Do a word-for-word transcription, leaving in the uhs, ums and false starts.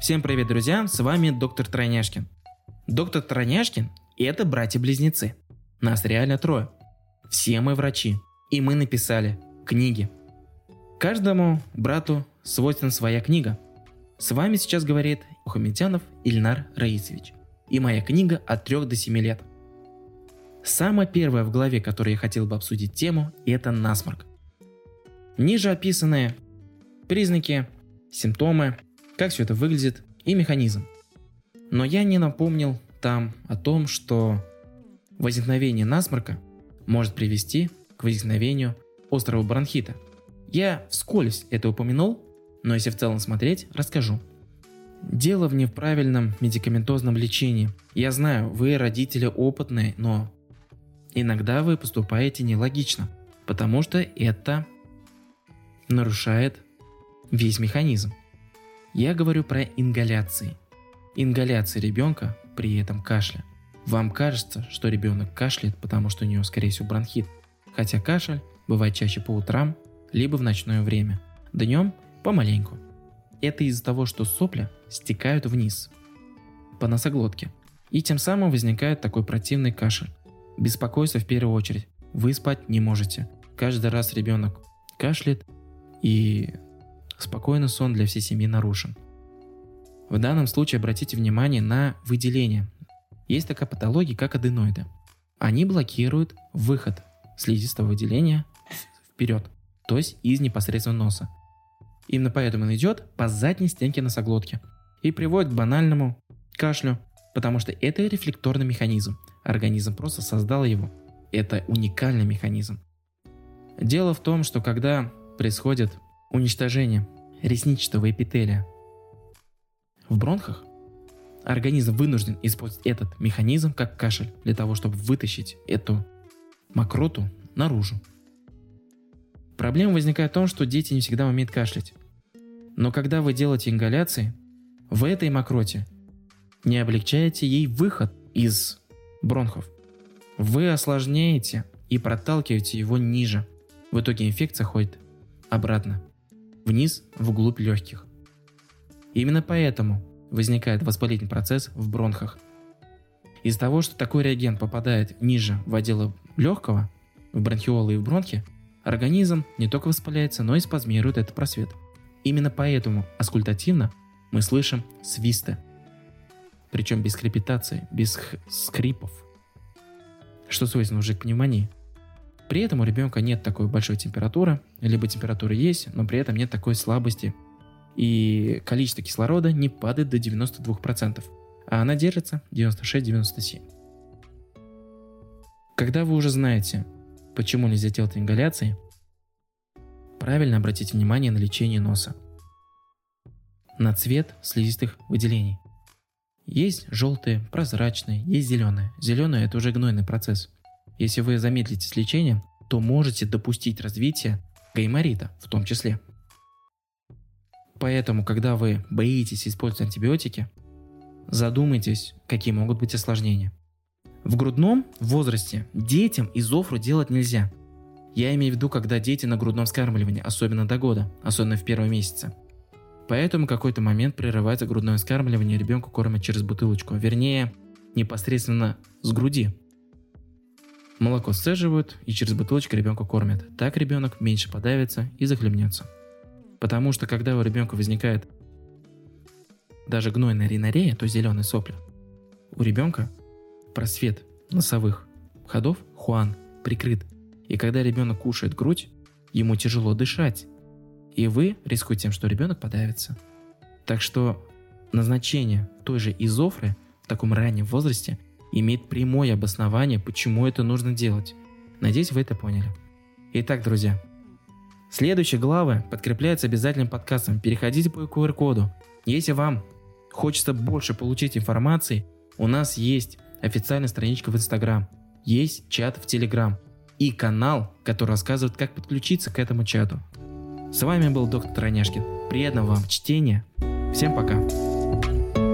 Всем привет, друзья, с вами доктор Тройняшкин. Доктор Тройняшкин – это братья-близнецы. Нас реально трое. Все мы врачи, и мы написали книги. Каждому брату свойственна своя книга. С вами сейчас говорит Мухаметянов Ильнар Раисович. И моя книга от трёх до семи лет. Самая первая в главе, которой я хотел бы обсудить тему, это насморк. Ниже описаны признаки, симптомы, как все это выглядит и механизм. Но я не напомнил там о том, что возникновение насморка может привести к возникновению острого бронхита. Я вскользь это упомянул, но если в целом смотреть, расскажу. Дело в неправильном медикаментозном лечении. Я знаю, вы родители опытные, но иногда вы поступаете нелогично, потому что это нарушает весь механизм. Я говорю про ингаляции. Ингаляции ребенка при этом кашля. Вам кажется, что ребенок кашляет, потому что у него, скорее всего, бронхит. Хотя кашель бывает чаще по утрам, либо в ночное время. Днем помаленьку. Это из-за того, что сопли стекают вниз по носоглотке. И тем самым возникает такой противный кашель. Беспокойство в первую очередь. Вы спать не можете. Каждый раз ребенок кашляет, и спокойный сон для всей семьи нарушен. В данном случае обратите внимание на выделение. Есть такая патология, как аденоиды. Они блокируют выход слизистого выделения вперед, то есть из непосредственно носа. Именно поэтому он идет по задней стенке носоглотки и приводит к банальному кашлю, потому что это рефлекторный механизм. Организм просто создал его. Это уникальный механизм. Дело в том, что когда происходит уничтожение ресничного эпителия в бронхах, организм вынужден использовать этот механизм как кашель для того, чтобы вытащить эту мокроту наружу. Проблема возникает в том, что дети не всегда умеют кашлять. Но когда вы делаете ингаляции, в этой мокроте не облегчаете ей выход из бронхов. Вы осложняете и проталкиваете его ниже. В итоге инфекция ходит обратно, вниз, вглубь легких. Именно поэтому возникает воспалительный процесс в бронхах. Из-за того, что такой реагент попадает ниже в отделы легкого, в бронхиолы и в бронхи, организм не только воспаляется, но и спазмирует этот просвет. Именно поэтому аскультативно мы слышим свисты. Причем без крепитации, без скрипов, что свойственно уже к пневмонии. При этом у ребенка нет такой большой температуры, либо температура есть, но при этом нет такой слабости. И количество кислорода не падает до девяноста двух процентов, а она держится девяносто шесть - девяносто семь. Когда вы уже знаете, почему нельзя делать ингаляции, правильно обратите внимание на лечение носа, на цвет слизистых выделений. Есть желтые, прозрачные, есть зеленые. Зеленые – это уже гнойный процесс. Если вы замедлите с лечением, то можете допустить развитие гайморита в том числе. Поэтому, когда вы боитесь использовать антибиотики, задумайтесь, какие могут быть осложнения. В грудном возрасте детям изофру делать нельзя. Я имею в виду, когда дети на грудном вскармливании, особенно до года, особенно в первые месяцы. Поэтому в какой-то момент прерывается грудное вскармливание, ребенку кормят через бутылочку, вернее, непосредственно с груди. Молоко сцеживают и через бутылочку ребенка кормят. Так ребенок меньше подавится и захлебнется. Потому что когда у ребенка возникает даже гнойная ринорея, то зеленые сопли, у ребенка просвет носовых ходов, хуан, прикрыт. И когда ребенок кушает грудь, ему тяжело дышать. И вы рискуете тем, что ребенок подавится. Так что назначение той же изофры в таком раннем возрасте имеет прямое обоснование, почему это нужно делать. Надеюсь, вы это поняли. Итак, друзья, следующие главы подкрепляются обязательным подкастом. Переходите по ку ар коду. Если вам хочется больше получить информации, у нас есть официальная страничка в Инстаграм, есть чат в Телеграм и канал, который рассказывает, как подключиться к этому чату. С вами был доктор Тройняшкин. Приятного вам чтения. Всем пока.